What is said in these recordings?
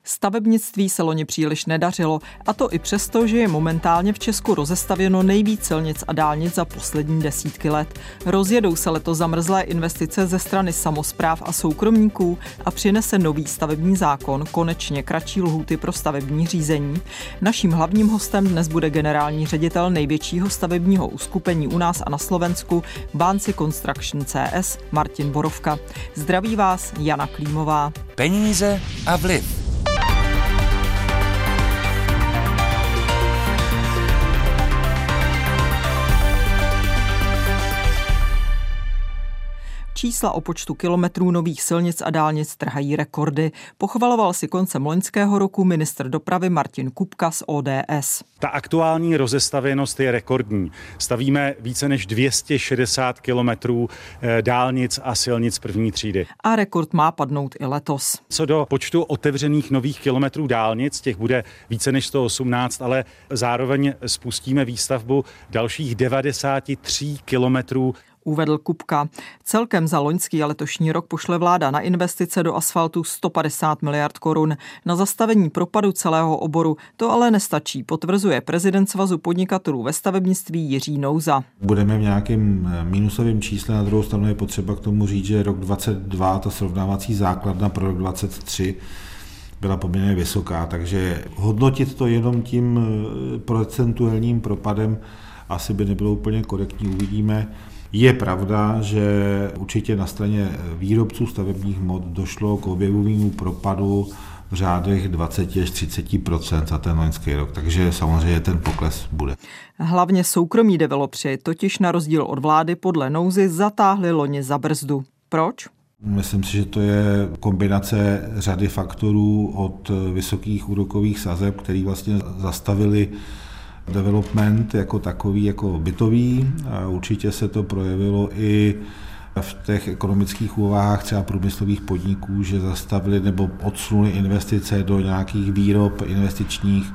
Stavebnictví se loni příliš nedařilo, a to i přesto, že je momentálně v Česku rozestavěno nejvíc silnic a dálnic za poslední desítky let. Rozjedou se letos zamrzlé investice ze strany samospráv a soukromníků a přinese nový stavební zákon konečně kratší lhůty pro stavební řízení. Naším hlavním hostem dnes bude generální ředitel největšího stavebního uskupení u nás a na Slovensku, Vanci Construction CS, Martin Borovka. Zdraví vás Jana Klímová. Peníze a vliv. Čísla o počtu kilometrů nových silnic a dálnic trhají rekordy. Pochvaloval si koncem loňského roku ministr dopravy Martin Kupka z ODS. Ta aktuální rozestavěnost je rekordní. Stavíme více než 260 kilometrů dálnic a silnic první třídy. A rekord má padnout i letos. Co do počtu otevřených nových kilometrů dálnic, těch bude více než 118, ale zároveň spustíme výstavbu dalších 93 kilometrů. Uvedl Kupka. Celkem za loňský a letošní rok pošle vláda na investice do asfaltu 150 miliard korun. Na zastavení propadu celého oboru to ale nestačí, potvrzuje prezident Svazu podnikatelů ve stavebnictví Jiří Nouza. Budeme v nějakém minusovém čísle, na druhou stranu je potřeba k tomu říct, že rok 2022, ta srovnávací základna pro rok 2023, byla poměrně vysoká, takže hodnotit to jenom tím procentuálním propadem asi by nebylo úplně korektní, uvidíme. Je pravda, že určitě na straně výrobců stavebních hmot došlo k objevovému propadu v řádech 20 až 30% za ten loňský rok, takže samozřejmě ten pokles bude. Hlavně soukromí developři totiž na rozdíl od vlády podle Nouzy zatáhli loni za brzdu. Proč? Myslím si, že to je kombinace řady faktorů od vysokých úrokových sazeb, který vlastně zastavili development jako takový, jako bytový. A určitě se to projevilo i v těch ekonomických úvahách třeba průmyslových podniků, že zastavili nebo odsunuli investice do nějakých výrob investičních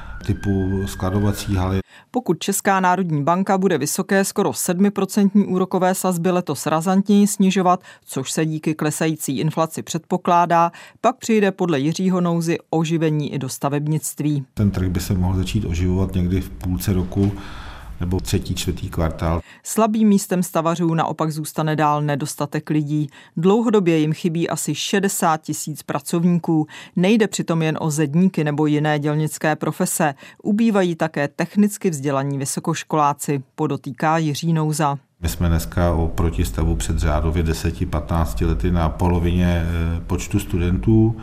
typu skladovací haly. Pokud Česká národní banka bude vysoké skoro 7% úrokové sazby letos razantněji snižovat, což se díky klesající inflaci předpokládá, pak přijde podle Jiřího Nouzy oživení i do stavebnictví. Ten trh by se mohl začít oživovat někdy v půlce roku nebo třetí, čtvrtý kvartál. Slabým místem stavařů naopak zůstane dál nedostatek lidí. Dlouhodobě jim chybí asi 60 000 pracovníků. Nejde přitom jen o zedníky nebo jiné dělnické profese. Ubývají také technicky vzdělaní vysokoškoláci, podotýká Jiří Nouza. My jsme dneska oproti stavu před řádově 10-15 lety na polovině počtu studentů.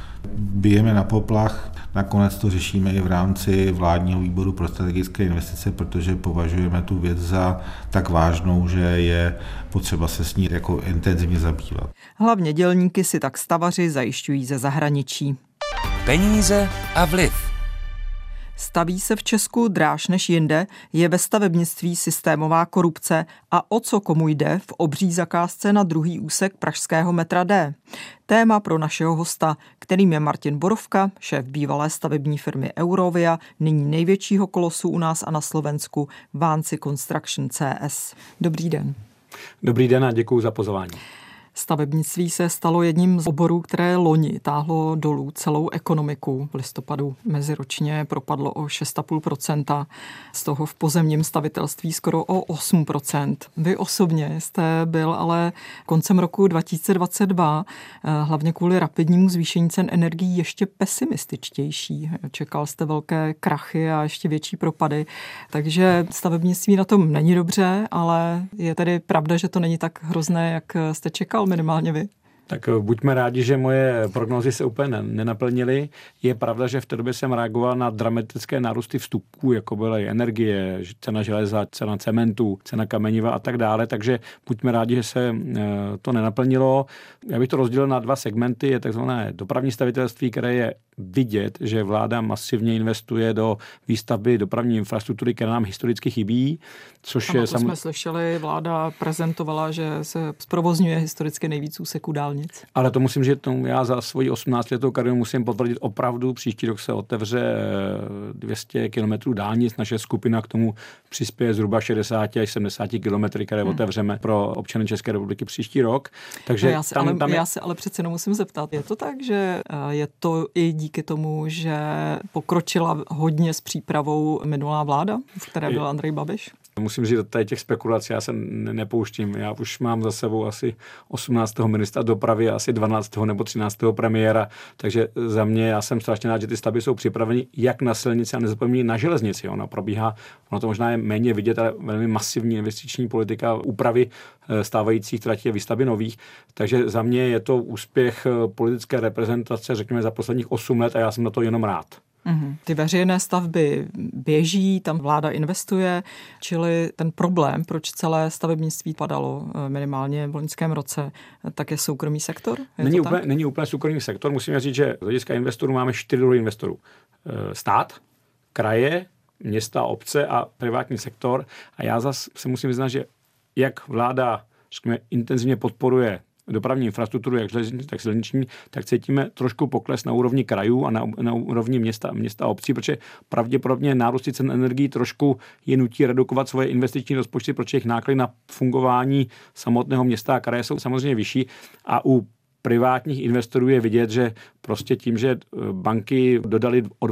Bijeme na poplach, nakonec to řešíme i v rámci vládního výboru pro strategické investice, protože považujeme tu věc za tak vážnou, že je potřeba se s ní jako intenzivně zabývat. Hlavně dělníky si tak stavaři zajišťují ze zahraničí. Peníze a vliv. Staví se v Česku dráž než jinde, je ve stavebnictví systémová korupce a o co komu jde v obří zakázce na druhý úsek pražského metra D. Téma pro našeho hosta, kterým je Martin Borovka, šéf bývalé stavební firmy Eurovia, nyní největšího kolosu u nás a na Slovensku, Vanci Construction CS. Dobrý den. Dobrý den a děkuji za pozvání. Stavebnictví se stalo jedním z oborů, které loni táhlo dolů celou ekonomiku. V listopadu meziročně propadlo o 6,5%, z toho v pozemním stavitelství skoro o 8%. Vy osobně jste byl ale koncem roku 2022 hlavně kvůli rapidnímu zvýšení cen energií ještě pesimističtější. Čekal jste velké krachy a ještě větší propady, takže stavebnictví na tom není dobře, ale je tedy pravda, že to není tak hrozné, jak jste čekal minimálně vy? Tak buďme rádi, že moje prognózy se úplně nenaplnily. Je pravda, že v té době jsem reagoval na dramatické nárůsty vstupů, jako byly energie, cena železa, cena cementu, cena kameniva a tak dále, takže buďme rádi, že se to nenaplnilo. Já bych to rozdělil na dva segmenty. Je takzvané dopravní stavitelství, které je vidět, že vláda masivně investuje do výstavby dopravní infrastruktury, která nám historicky chybí. Což ano, to jsme slyšeli, vláda prezentovala, že se zprovozňuje historicky nejvíc úseků dálnic. dálnic. Ale to musím říct, já za svoji 18letou kariéru musím potvrdit opravdu, příští rok se otevře 200 kilometrů dálnic, naše skupina k tomu přispěje zhruba 60 až 70 kilometry, které otevřeme pro občany České republiky příští rok. Takže já se ale přece musím zeptat, je to tak, že je to i díky tomu, že pokročila hodně s přípravou minulá vláda, v které byl Andrej Babiš? Musím říct, tady těch spekulací já se nepouštím. Já už mám za sebou asi 18. ministra dopravy a asi 12. nebo 13. premiéra, takže za mě já jsem strašně rád, že ty stavby jsou připraveny jak na silnici a nezapomeňme na železnici. Ono to možná je méně vidět, ale velmi masivní investiční politika úpravy stávajících tratí a výstavby nových. Takže za mě je to úspěch politické reprezentace, řekněme, za posledních 8 let a já jsem na to jenom rád. Ty veřejné stavby běží, tam vláda investuje, čili ten problém, proč celé stavebnictví padalo minimálně v loňském roce, tak je soukromý sektor? Není úplně soukromý sektor. Musíme říct, že z hlediska investorů máme 4 druhy investorů. Stát, kraje, města, obce a privátní sektor. A já zase se musím vyznat, že jak vláda intenzivně podporuje dopravní infrastrukturu, jak železniční, tak silniční, tak cítíme trošku pokles na úrovni krajů a na úrovni města a obcí, protože pravděpodobně nárůsty cen energií trošku je nutí redukovat svoje investiční rozpočty, protože jejich náklady na fungování samotného města a kraje jsou samozřejmě vyšší a u privátních investorů je vidět, že prostě tím, že banky dodali o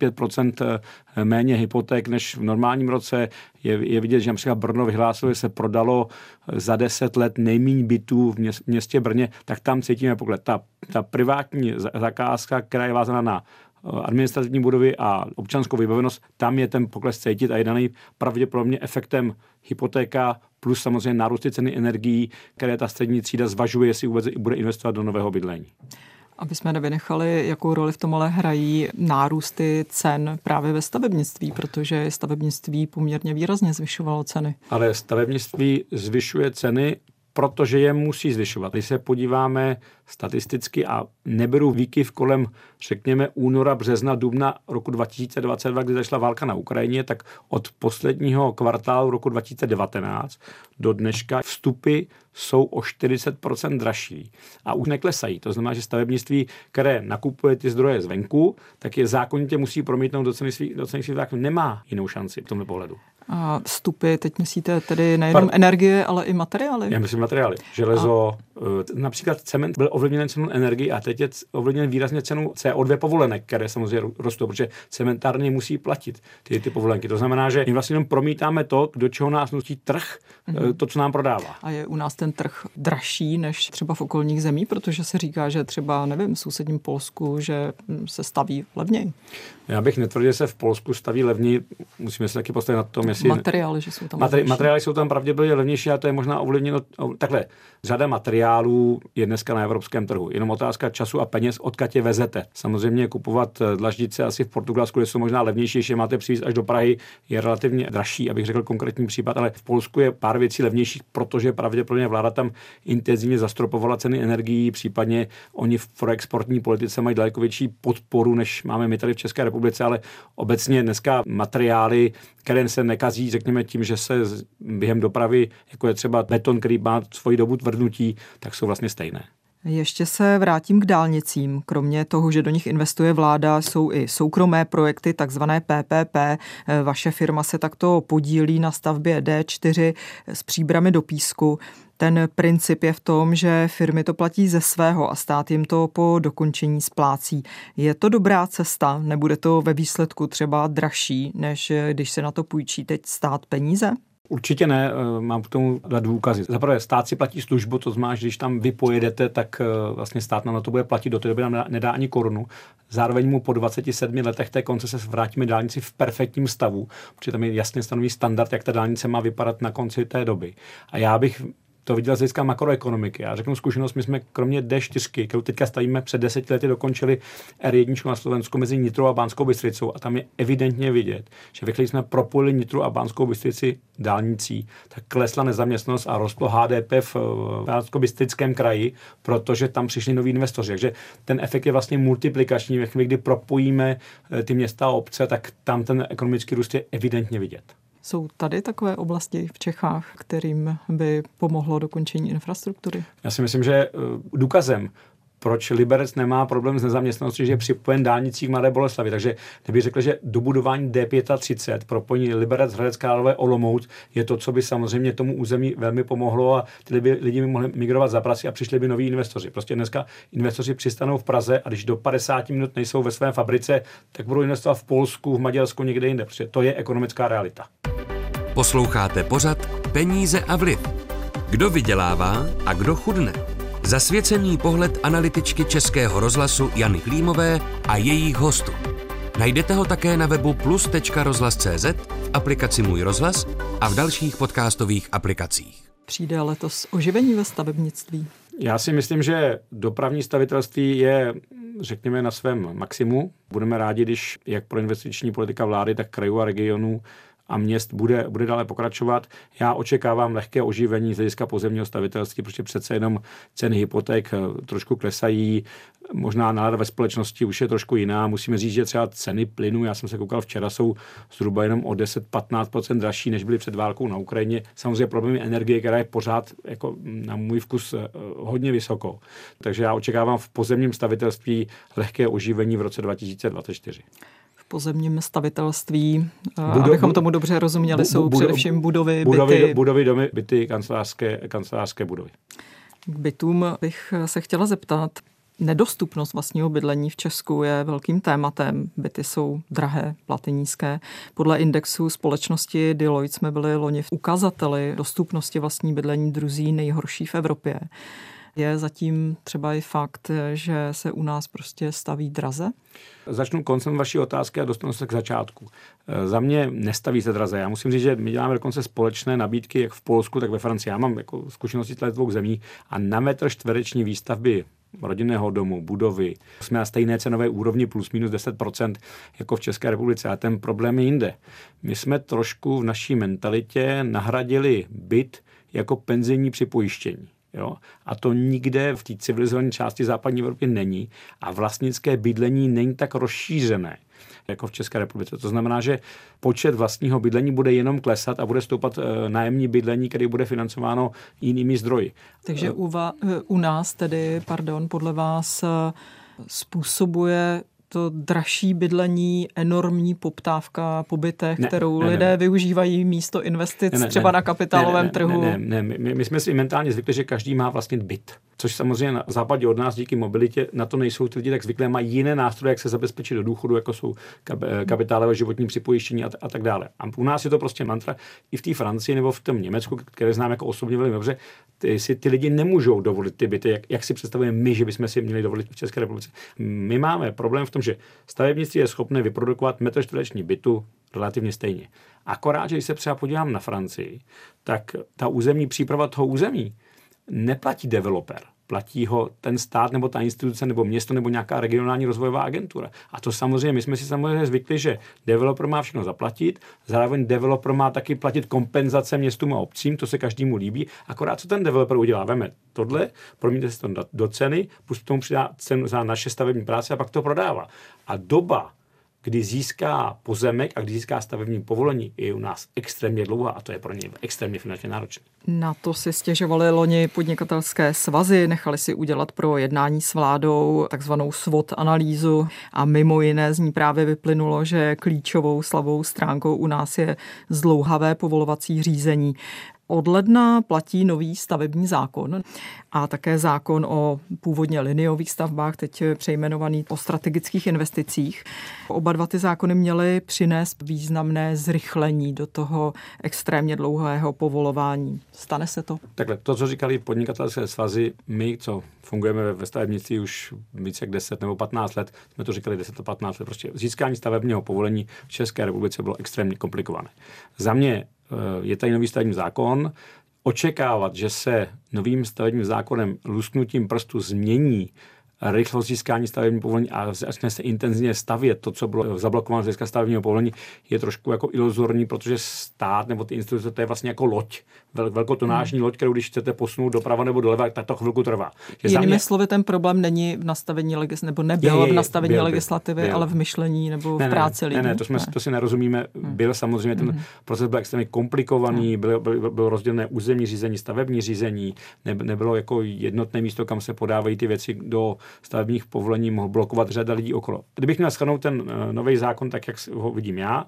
25% méně hypoték než v normálním roce, je vidět, že například Brno vyhlásilo, že se prodalo za 10 let nejméně bytů v městě Brně, tak tam cítíme pohled. Ta privátní zakázka, která je vázaná na administrativní budovy a občanskou vybavenost, tam je ten pokles cítit a je daný pravděpodobně efektem hypotéka plus samozřejmě nárůsty ceny energií, které ta střední třída zvažuje, jestli vůbec bude investovat do nového bydlení. Aby jsme nevynechali, jakou roli v tom ale hrají nárůsty cen právě ve stavebnictví, protože stavebnictví poměrně výrazně zvyšovalo ceny. Ale stavebnictví zvyšuje ceny, protože je musí zvyšovat. Když se podíváme statisticky a neberu výkyv kolem, řekněme, února, března, dubna roku 2022, kdy začala válka na Ukrajině, tak od posledního kvartálu roku 2019 do dneška vstupy jsou o 40% dražší a už neklesají. To znamená, že stavebnictví, které nakupuje ty zdroje zvenku, tak je zákonitě musí promítnout do ceny svých základů. Nemá jinou šanci v tomhle pohledu. A vstupy, teď myslíte tedy nejenom energie, ale i materiály? Já myslím materiály. Železo, například cement byl ovlivněn cenou energie a teď je ovlivněn výrazně cenou CO2 povolenek, které samozřejmě rostou, protože cementárny musí platit ty povolenky. To znamená, že my vlastně jenom promítáme to, do čeho nás nutí trh, to, co nám prodává. A je u nás ten trh dražší než třeba v okolních zemí, protože se říká, že třeba, nevím, v sousedním Polsku, že se staví levněji. Já bych netvrdil, že se v Polsku staví levněji. Musíme se taky postavit na tom, jestli materiály, že jsou tam materiály jsou tam pravděpodobně levnější a to je možná ovlivněno takhle. Řada materiálů je dneska na evropském trhu. Jenom otázka času a peněz, odkud je vezete. Samozřejmě kupovat dlaždice asi v Portugalsku, kde jsou možná levnější, že máte přivést až do Prahy, je relativně dražší, abych řekl konkrétní případ, ale v Polsku je pár věcí levnějších, protože pravděpodobně vláda tam intenzivně zastropovala ceny energií, případně oni v proexportní politice mají daleko větší podporu, než máme my tady v České republice, ale obecně dneska materiály, které se nekazí, řekněme tím, že se během dopravy, jako je třeba beton, který má svoji dobu tvrdnutí, tak jsou vlastně stejné. Ještě se vrátím k dálnicím. Kromě toho, že do nich investuje vláda, jsou i soukromé projekty, takzvané PPP. Vaše firma se takto podílí na stavbě D4 s příbrami do písku. Ten princip je v tom, že firmy to platí ze svého a stát jim to po dokončení splácí. Je to dobrá cesta? Nebude to ve výsledku třeba dražší, než když se na to půjčí teď stát peníze? Určitě ne, mám k tomu dva důkazy. Za prvé, stát si platí službu, to znamená, že když tam vy pojedete, tak vlastně stát nám na to bude platit, do té doby nám nedá ani korunu. Zároveň mu po 27 letech té koncese vrátíme dálnici v perfektním stavu, protože tam je jasně stanoví standard, jak ta dálnice má vypadat na konci té doby. A já bych to viděl z hlediska makroekonomiky. Já řeknu zkušenost, my jsme kromě D4, kterou teďka stavíme, před 10 lety dokončili R1 na Slovensku mezi Nitrou a Banskou Bystricou a tam je evidentně vidět, že ve chvíli jsme propojili Nitru a Banskou Bystrici dálnicí, tak klesla nezaměstnanost a rostlo HDP v Banskobystrickém kraji, protože tam přišli noví investoři. Takže ten efekt je vlastně multiplikační. Ve chvíli, kdy propojíme ty města a obce, tak tam ten ekonomický růst je evidentně vidět. Jsou tady takové oblasti v Čechách, kterým by pomohlo dokončení infrastruktury? Já si myslím, že důkazem, proč Liberec nemá problém s nezaměstnaností, že je připojen dálnicí k Mladé Boleslavi. Takže kdybych řekl, že dobudování D35, propojení Liberec, Hradec Králové, Olomouc je to, co by samozřejmě tomu území velmi pomohlo a ty lidi by mohli migrovat za prací a přišli by noví investoři. Prostě dneska investoři přistanou v Praze a když do 50 minut nejsou ve své fabrice, tak budou investovat v Polsku, v Maďarsku, někde jinde. Protože to je ekonomická realita. Posloucháte pořad Peníze a vliv. Kdo vydělává a kdo chudne? Zasvěcený pohled analytičky Českého rozhlasu Jany Klímové a jejich hostů. Najdete ho také na webu plus.rozhlas.cz, v aplikaci Můj rozhlas a v dalších podcastových aplikacích. Přijde letos oživení ve stavebnictví? Já si myslím, že dopravní stavitelství je, řekněme, na svém maximu. Budeme rádi, když jak pro investiční politika vlády, tak krajů a regionů a měst bude dále pokračovat. Já očekávám lehké oživení z hlediska pozemního stavitelství, protože přece jenom ceny hypoték trošku klesají, možná nálada ve společnosti už je trošku jiná. Musíme říct, že třeba ceny plynu, já jsem se koukal včera, jsou zhruba jenom o 10-15% dražší, než byly před válkou na Ukrajině. Samozřejmě problémy energie, která je pořád jako na můj vkus hodně vysoko. Takže já očekávám v pozemním stavitelství lehké oživení v roce 2024. V pozemním stavitelství, abychom tomu dobře rozuměli, jsou především budovy, byty. Budovy, domy, byty, kancelářské budovy. K bytům bych se chtěla zeptat. Nedostupnost vlastního bydlení v Česku je velkým tématem. Byty jsou drahé, platy nízké. Podle indexu společnosti Deloitte jsme byli loni v ukazateli dostupnosti vlastní bydlení druzí nejhorší v Evropě. Je zatím třeba i fakt, že se u nás prostě staví draze? Začnu koncem vaší otázky a dostanu se k začátku. Za mě nestaví se draze. Já musím říct, že my děláme dokonce společné nabídky jak v Polsku, tak ve Francii. Já mám jako zkušenosti z dvou zemí a na metr čtvereční výstavby rodinného domu, budovy, jsme na stejné cenové úrovni plus minus 10% jako v České republice. A ten problém je jinde. My jsme trošku v naší mentalitě nahradili byt jako penzijní připojištění. Jo? A to nikde v té civilizované části západní Evropy není a vlastnické bydlení není tak rozšířené jako v České republice. To znamená, že počet vlastního bydlení bude jenom klesat a bude stoupat nájemní bydlení, které bude financováno jinými zdroji. Takže u nás tedy, podle vás způsobuje to dražší bydlení, enormní poptávka po bytech, kterou lidé využívají místo investic třeba na kapitálovém trhu. My jsme si mentálně zvykli, že každý má vlastně byt. Což samozřejmě na západě od nás díky mobilitě na to nejsou ty lidi tak zvyklé, mají jiné nástroje, jak se zabezpečit do důchodu, jako jsou kapitálové životní připojištění a tak dále. A u nás je to prostě mantra i v té Francii nebo v tom Německu, které znám jako osobně velmi dobře, ty lidi nemůžou dovolit ty byty, jak si představujeme my, že bychom si měli dovolit v České republice. My máme problém v tom, že stavebnictví je schopné vyprodukovat metr čtvereční bytu relativně stejně. Akorát, že když se třeba podívám na Francii, tak ta územní příprava toho území neplatí developer. Platí ho ten stát nebo ta instituce nebo město nebo nějaká regionální rozvojová agentura. A to samozřejmě, my jsme si samozřejmě zvykli, že developer má všechno zaplatit, zároveň developer má taky platit kompenzace městům a obcím, to se každému líbí. Akorát co ten developer udělá? Veme tohle, promíte se to do ceny, plus k tomu přidá cenu za naše stavební práce a pak to prodává. A doba, kdy získá pozemek a kdy získá stavební povolení, je u nás extrémně dlouhá a to je pro něj extrémně finančně náročné. Na to si stěžovaly loni podnikatelské svazy, nechali si udělat pro jednání s vládou takzvanou SWOT analýzu a mimo jiné z ní právě vyplynulo, že klíčovou slabou stránkou u nás je zdlouhavé povolovací řízení. Od ledna platí nový stavební zákon a také zákon o původně liniových stavbách, teď přejmenovaný o strategických investicích. Oba dva ty zákony měly přinést významné zrychlení do toho extrémně dlouhého povolování. Stane se to? Takhle, to, co říkali podnikatelské svazy, my, co fungujeme ve stavebnictví už více jak 10 nebo 15 let, jsme to říkali 10 nebo 15 let, prostě získání stavebního povolení v České republice bylo extrémně komplikované. Za mě je tady nový stavební zákon. Očekávat, že se novým stavebním zákonem lusknutím prstu změní rychlost získání stavebního povolení a začne se intenzivně stavět to, co bylo zablokováno z hlediska stavebního povolení, je trošku jako iluzorní, protože stát nebo ty instituce, to je vlastně jako loď, velkotonážní loď, kterou když chcete posunout doprava nebo doleva, tak to chvilku trvá. Jinými slovy, ten problém není v nastavení nebo nebyl v nastavení legislativy, ale v myšlení nebo v práci lidí. Ne, to si nerozumíme. Byl samozřejmě ten proces byl extrémně komplikovaný, bylo rozdělené územní řízení, stavební řízení, nebylo jako jednotné místo, kam se podávají ty věci do stavebních povolení, mohl blokovat řada lidí okolo. Kdybych měl shrnout ten nový zákon, tak jak ho vidím já,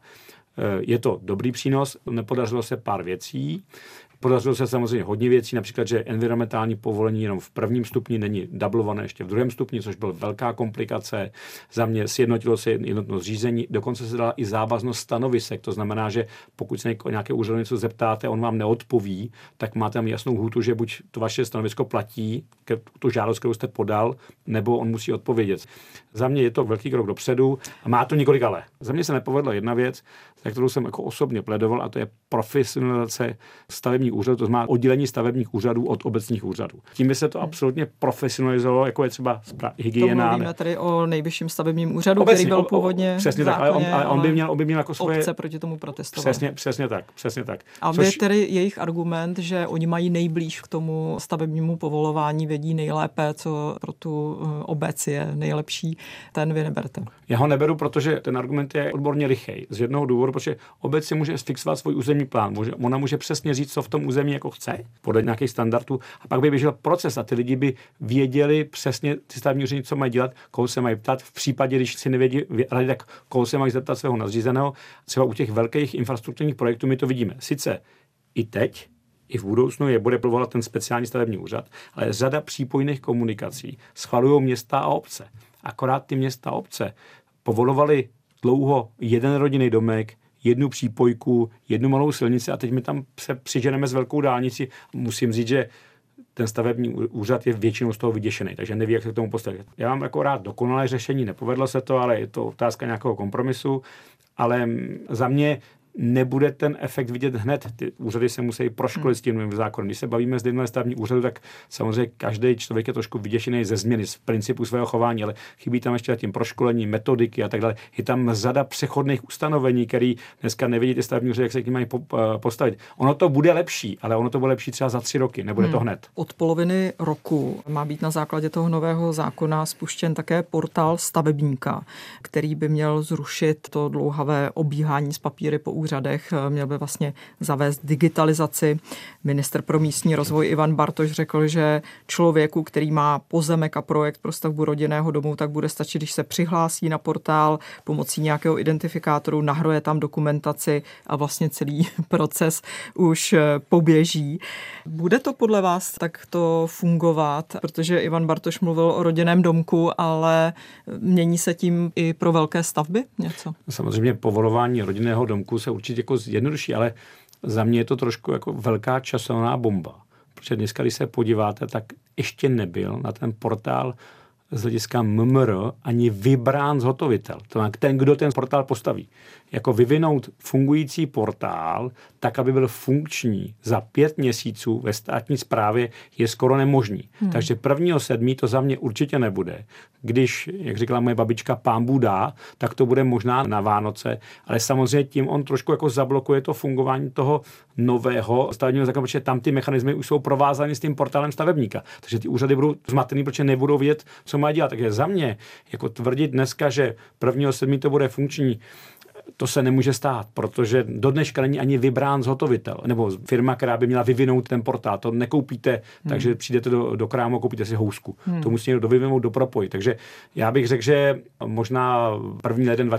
je to dobrý přínos, nepodařilo se pár věcí. Podařilo se samozřejmě hodně věcí, například, že environmentální povolení jenom v prvním stupni není dublované ještě v druhém stupni, což byla velká komplikace. Za mě sjednotilo se jednotnost řízení, dokonce se dala i závaznost stanovisek. To znamená, že pokud se nějaké úřadu něco zeptáte, on vám neodpoví, tak máte tam jasnou lhůtu, že buď to vaše stanovisko platí, tu žádost, kterou jste podal, nebo on musí odpovědět. Za mě je to velký krok dopředu a má to několik ale. Za mě se nepovedla jedna věc, za kterou jsem jako osobně pledoval, a to je profesionalizace stavebních úřadů, to znamená oddělení stavebních úřadů od obecních úřadů. Tím by se to absolutně profesionalizovalo, jako je třeba hygiena. To mluvíme tady o nejvyšším stavebním úřadu, obecně, který byl původně přesně tak, ale on by měl jako svoje obce proti tomu protestovali. Přesně tak. A je tedy jejich argument, že oni mají nejblíž k tomu stavebnímu povolování, vědí nejlépe, co pro tu obec je nejlepší, ten vy neberte. Já ho neberu, protože ten argument je odborně lichej. Z jednoho důvodu, protože obec si může fixovat svůj územní plán. Ona může přesně říct, co v tom území jako chce, podle nějakých standardů, a pak by běžel proces a ty lidi by věděli přesně ty stavební úředníci, co mají dělat, koho se mají ptát. V případě, když si nevědí, tak koho se mají zeptat svého nadřízeného. Třeba u těch velkých infrastrukturních projektů my to vidíme. Sice i teď, i v budoucnu je bude povolat ten speciální stavební úřad, ale řada přípojných komunikací schvalují města a obce. Akorát ty města a obce povolovali dlouho jeden rodinný domek, jednu přípojku, jednu malou silnici a teď my tam se přiženeme s velkou dálnici. Musím říct, že ten stavební úřad je většinou z toho vyděšený, takže neví, jak se k tomu postavit. Já mám jako rád dokonalé řešení, nepovedlo se to, ale je to otázka nějakého kompromisu, ale za mě nebude ten efekt vidět hned. Ty úřady se musí proškolit s tím novým zákonem. Když se bavíme s lidmi stavební úřadu, tak samozřejmě každý člověk je trošku vyděšený ze změny, z principu svého chování, ale chybí tam ještě tím proškolení, metodiky a tak dále. Je tam řada přechodných ustanovení, které dneska nevidí ty stavební úřady, jak se k nim mají postavit. Ono to bude lepší, ale ono to bude lepší třeba za 3 roky, nebude to hned. Od poloviny roku má být na základě toho nového zákona spuštěn také portál stavebníka, který by měl zrušit to dlouhavé obíhání s papíry po úřadech, měl by vlastně zavést digitalizaci. Ministr pro místní rozvoj Ivan Bartoš řekl, že člověku, který má pozemek a projekt pro stavbu rodinného domu, tak bude stačit, když se přihlásí na portál pomocí nějakého identifikátoru, nahroje tam dokumentaci a vlastně celý proces už poběží. Bude to podle vás takto fungovat? Protože Ivan Bartoš mluvil o rodinném domku, ale mění se tím i pro velké stavby něco? Samozřejmě povolování rodinného domku se určitě jako zjednoduší, ale za mě je to trošku jako velká časová bomba. Protože dneska, když se podíváte, tak ještě nebyl na ten portál z hlediska MMR ani vybrán zhotovitel. To znamená ten, kdo ten portál postaví. Jako vyvinout fungující portál, tak, aby byl funkční za 5 měsíců ve státní správě, je skoro nemožný. Takže 1.7. to za mě určitě nebude. Když, jak říkala moje babička, pán Bůh dá, tak to bude možná na Vánoce, ale samozřejmě tím on trošku jako zablokuje to fungování toho nového stavebního zákona, protože tam ty mechanismy už jsou provázány s tím portálem stavebníka. Takže ty úřady budou zmatený, protože nebudou vědět, co mají dělat. Takže za mě, jako tvrdit dneska, že 1.7. to bude funkční, to se nemůže stát, protože do dneška není ani vybrán zhotovitel, nebo firma, která by měla vyvinout ten portál. To nekoupíte, takže přijdete do krámu a koupíte si housku. To musí někdo vyvinout, dopropojit. Takže já bych řekl, že možná 1. leden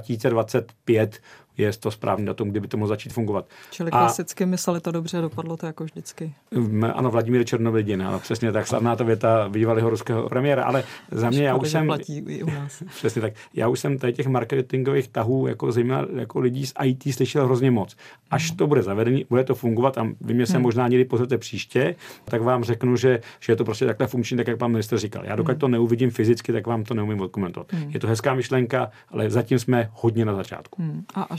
2025 je to správný datum, kdyby to mohlo začít fungovat. Čili klasicky mysleli to dobře, dopadlo to jako vždycky. Ano, Vladimír Černovidin, ano, přesně tak, slavná ta věta bývalého ruského premiéra, ale za mě já už jsem... platí i u nás. Přesně tak. Já už jsem tady těch marketingových tahů, jako zejména jako lidí z IT, slyšel hrozně moc. Až to bude zavedený, bude to fungovat a vy mě se možná někdy pozvete příště, tak vám řeknu, že je to prostě takhle funkční, tak jak pan ministr říkal. Já dokud to neuvidím fyzicky, tak vám to neumím odkomentovat. Je to hezká myšlenka, ale zatím jsme hodně na začátku. A až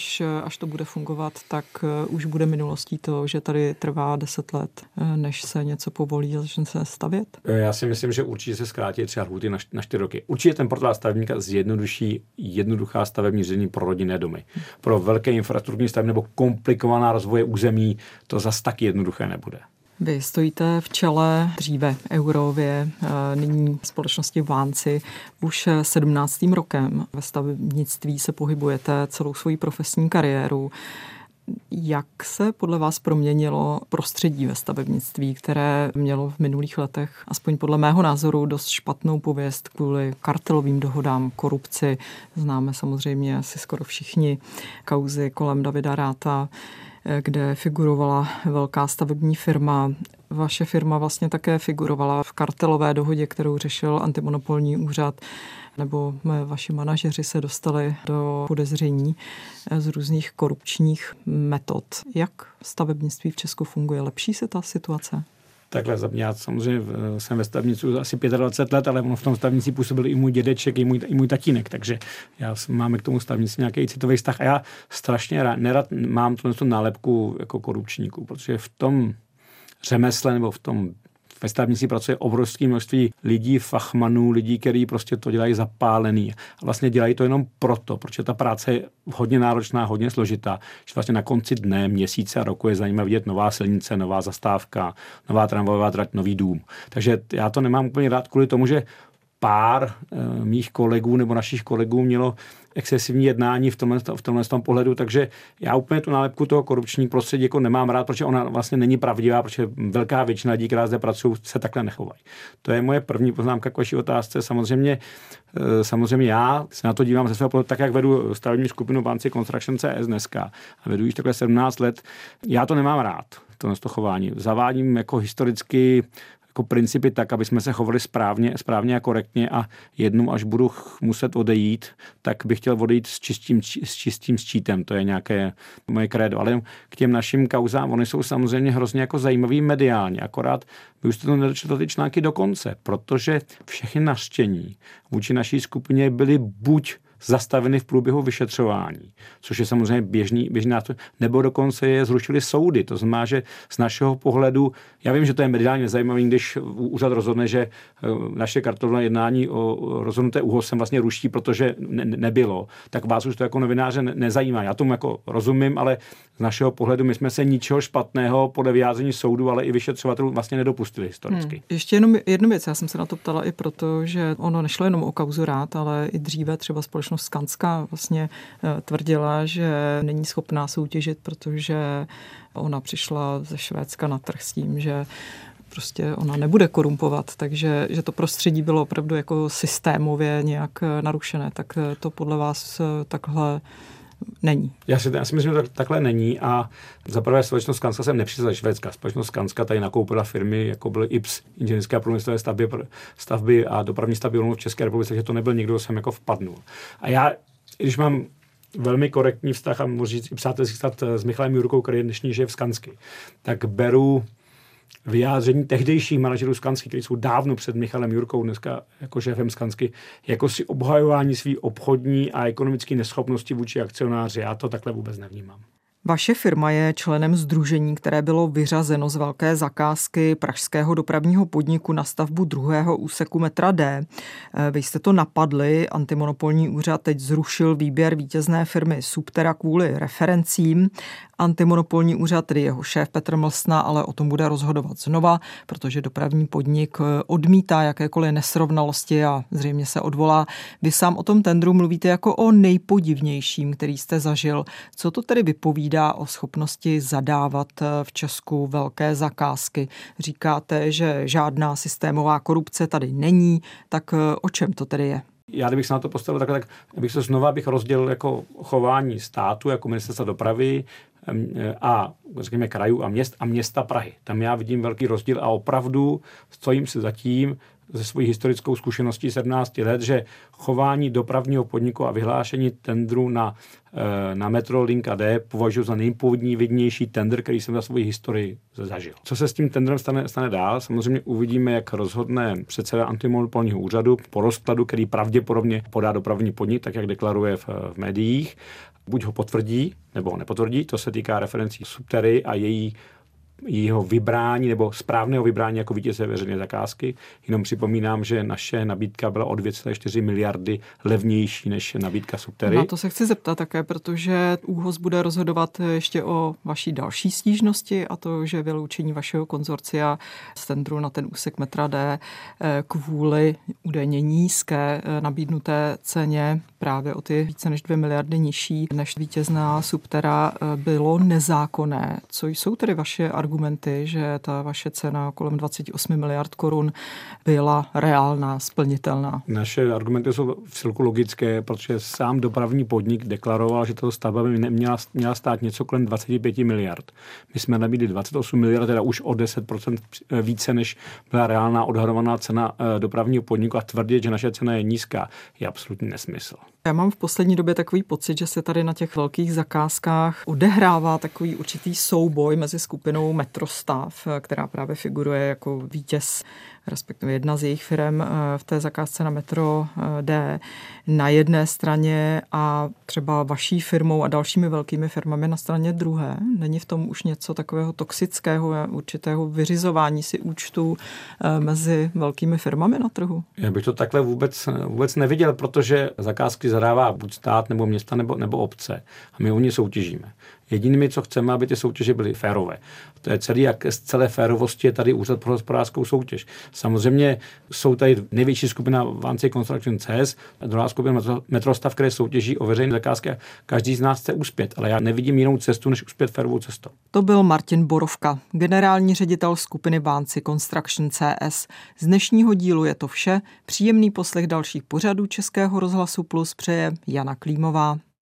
až to bude fungovat, tak už bude minulostí to, že tady trvá 10 let, než se něco povolí a začne se stavět? Já si myslím, že určitě se zkrátí třeba lhůty na 4 roky. Určitě ten portál stavebníka zjednoduší jednoduchá stavební řízení pro rodinné domy. Pro velké infrastrukturní stavby nebo komplikovaná rozvoje území to zas tak jednoduché nebude. Vy stojíte v čele dříve Eurově, nyní společnosti Vánci, už 17. rokem. Ve stavebnictví se pohybujete celou svoji profesní kariéru. Jak se podle vás proměnilo prostředí ve stavebnictví, které mělo v minulých letech, aspoň podle mého názoru, dost špatnou pověst kvůli kartelovým dohodám, korupci? Známe samozřejmě asi skoro všichni kauzy kolem Davida Ratha, kde figurovala velká stavební firma. Vaše firma vlastně také figurovala v kartelové dohodě, kterou řešil antimonopolní úřad, nebo vaši manažeři se dostali do podezření z různých korupčních metod. Jak stavebnictví v Česku funguje? Lepší se ta situace? Takhle, já samozřejmě jsem ve stavebnictví asi 25 let, ale v tom stavebnictví působil i můj dědeček, i můj tatínek, takže máme k tomu stavebnictví nějaký citový vztah a já strašně nerad mám tu nálepku jako korupčníků, protože v tom řemesle nebo ve stavebnictví pracuje obrovské množství lidí, fachmanů, lidí, kteří prostě to dělají zapálený. A vlastně dělají to jenom proto, protože ta práce je hodně náročná, hodně složitá, že vlastně na konci dne, měsíce a roku je zajímavé vidět nová silnice, nová zastávka, nová tramvajová trať, nový dům. Takže já to nemám úplně rád kvůli tomu, že pár mých kolegů nebo našich kolegů mělo excesivní jednání v tomhle pohledu, takže já úplně tu nálepku toho korupční prostředí jako nemám rád, protože ona vlastně není pravdivá, protože velká většina lidí, která zde pracují, se takhle nechovají. To je moje první poznámka k vaší otázce. Samozřejmě já se na to dívám ze svého pohledu, tak jak vedu stavební skupinu Vanci Construction CS dneska a vedu již takhle 17 let. Já to nemám rád, to chování. Zavádím jako historicky jako principy tak, aby jsme se chovali správně a korektně a jednou, až budu muset odejít, tak bych chtěl odejít s čistým štítem. To je nějaké moje krédo. Ale k těm našim kauzám, oni jsou samozřejmě hrozně jako zajímavý mediálně. Akorát vy už jste to nedočetli ty články do konce, protože všechny nařčení vůči naší skupině byly buď zastaveny v průběhu vyšetřování, což je samozřejmě běžný nástroj, nebo dokonce je zrušili soudy. To znamená, že z našeho pohledu, já vím, že to je mediálně nezajímavé, když úřad rozhodne, že naše kartelové jednání o rozhodnuté ÚOHSem vlastně ruší, protože nebylo, tak vás už to jako novináře nezajímá. Já tomu jako rozumím, ale z našeho pohledu my jsme se ničeho špatného podle vyjádření soudu, ale i vyšetřovatelů vlastně nedopustili historicky. Ještě jenom jednu věc, já jsem se na to ptala i proto, že ono nešlo jenom o kauzu Rath, ale i dříve třeba společnost Skanska vlastně tvrdila, že není schopná soutěžit, protože ona přišla ze Švédska na trh s tím, že prostě ona nebude korumpovat, takže že to prostředí bylo opravdu jako systémově nějak narušené, tak to podle vás takhle není. Já si myslím, že to takhle není a zaprvé společnost Skanska jsem nepřišel ze Švédska. Společnost Skanska tady nakoupila firmy, jako byly IPS, inženýrské a průmyslové stavby a dopravní stavby v České republice, takže to nebyl někdo, kdo jsem jako vpadnul. A já, když mám velmi korektní vztah a můžu říct i přátelský vztah s Michalem Jurkou, který je dnešní šéf Skansky, tak beru vyjádření tehdejších manažerů Skansky, kteří jsou dávno před Michalem Jurkou, dneska jako šéfem Skansky, jako si obhajování svý obchodní a ekonomické neschopnosti vůči akcionáři. Já to takhle vůbec nevnímám. Vaše firma je členem sdružení, které bylo vyřazeno z velké zakázky pražského dopravního podniku na stavbu druhého úseku metra D. Vy jste to napadli, antimonopolní úřad teď zrušil výběr vítězné firmy Subtera kvůli referencím. Antimonopolní úřad, tedy jeho šéf Petr Mlsna, ale o tom bude rozhodovat znova, protože dopravní podnik odmítá jakékoliv nesrovnalosti a zřejmě se odvolá. Vy sám o tom tendru mluvíte jako o nejpodivnějším, který jste zažil. Co to tedy vypovídá o schopnosti zadávat v Česku velké zakázky? Říkáte, že žádná systémová korupce tady není, tak o čem to tedy je? Já kdybych se na to postavil takhle, tak bych rozdělil jako chování státu, jako ministerstva dopravy a řekněme krajů a měst a města Prahy. Tam já vidím velký rozdíl a opravdu stojím si za tím, ze svojí historickou zkušeností 17 let, že chování dopravního podniku a vyhlášení tendru na Metro Linka D považuji za nejpodivnější tender, který jsem za svoji historii zažil. Co se s tím tendrem stane dál? Samozřejmě uvidíme, jak rozhodne předseda antimonopolního úřadu po rozkladu, který pravděpodobně podá dopravní podnik, tak jak deklaruje v médiích. Buď ho potvrdí, nebo ho nepotvrdí. To se týká referencí Subtery a jejího vybrání nebo správného vybrání jako vítěze veřejné zakázky. Jenom připomínám, že naše nabídka byla o 2,4 miliardy levnější než nabídka Subtery. Na to se chci zeptat také, protože ÚHOS bude rozhodovat ještě o vaší další stížnosti, a to, že vyloučení vašeho konzorcia z tendru na ten úsek metra D kvůli údajně nízké nabídnuté ceně právě o ty více než 2 miliardy nižší než vítězná Subtera bylo nezákonné. Co jsou tedy vaše argumenty, že ta vaše cena kolem 28 miliard korun byla reálná, splnitelná? Naše argumenty jsou vcelku logické, protože sám dopravní podnik deklaroval, že tato stavba by měla stát něco kolem 25 miliard. My jsme nabídli 28 miliard, teda už o 10% více, než byla reálná odhadovaná cena dopravního podniku, a tvrdit, že naše cena je nízká, je absolutní nesmysl. Já mám v poslední době takový pocit, že se tady na těch velkých zakázkách odehrává takový určitý souboj mezi skupinou Metrostav, která právě figuruje jako vítěz, respektive jedna z jejich firem v té zakázce na metro D na jedné straně a třeba vaší firmou a dalšími velkými firmami na straně druhé. Není v tom už něco takového toxického, určitého vyřizování si účtů mezi velkými firmami na trhu? Já bych to takhle vůbec neviděl, protože zakázky zadává buď stát nebo města nebo obce a my o ně soutěžíme. Jedinými, co chceme, aby ty soutěže byly férové. To je celý, jak z celé férovosti je tady Úřad pro hospodářskou soutěž. Samozřejmě jsou tady největší skupina Vancy Construction CS, druhá skupina Metrostav, které soutěží o veřejné zakázky. Každý z nás chce uspět, ale já nevidím jinou cestu, než uspět férovou cestou. To byl Martin Borovka, generální ředitel skupiny Vancy Construction CS. Z dnešního dílu je to vše. Příjemný poslech dalších pořadů Českého rozhlasu Plus přeje Jana Klímová.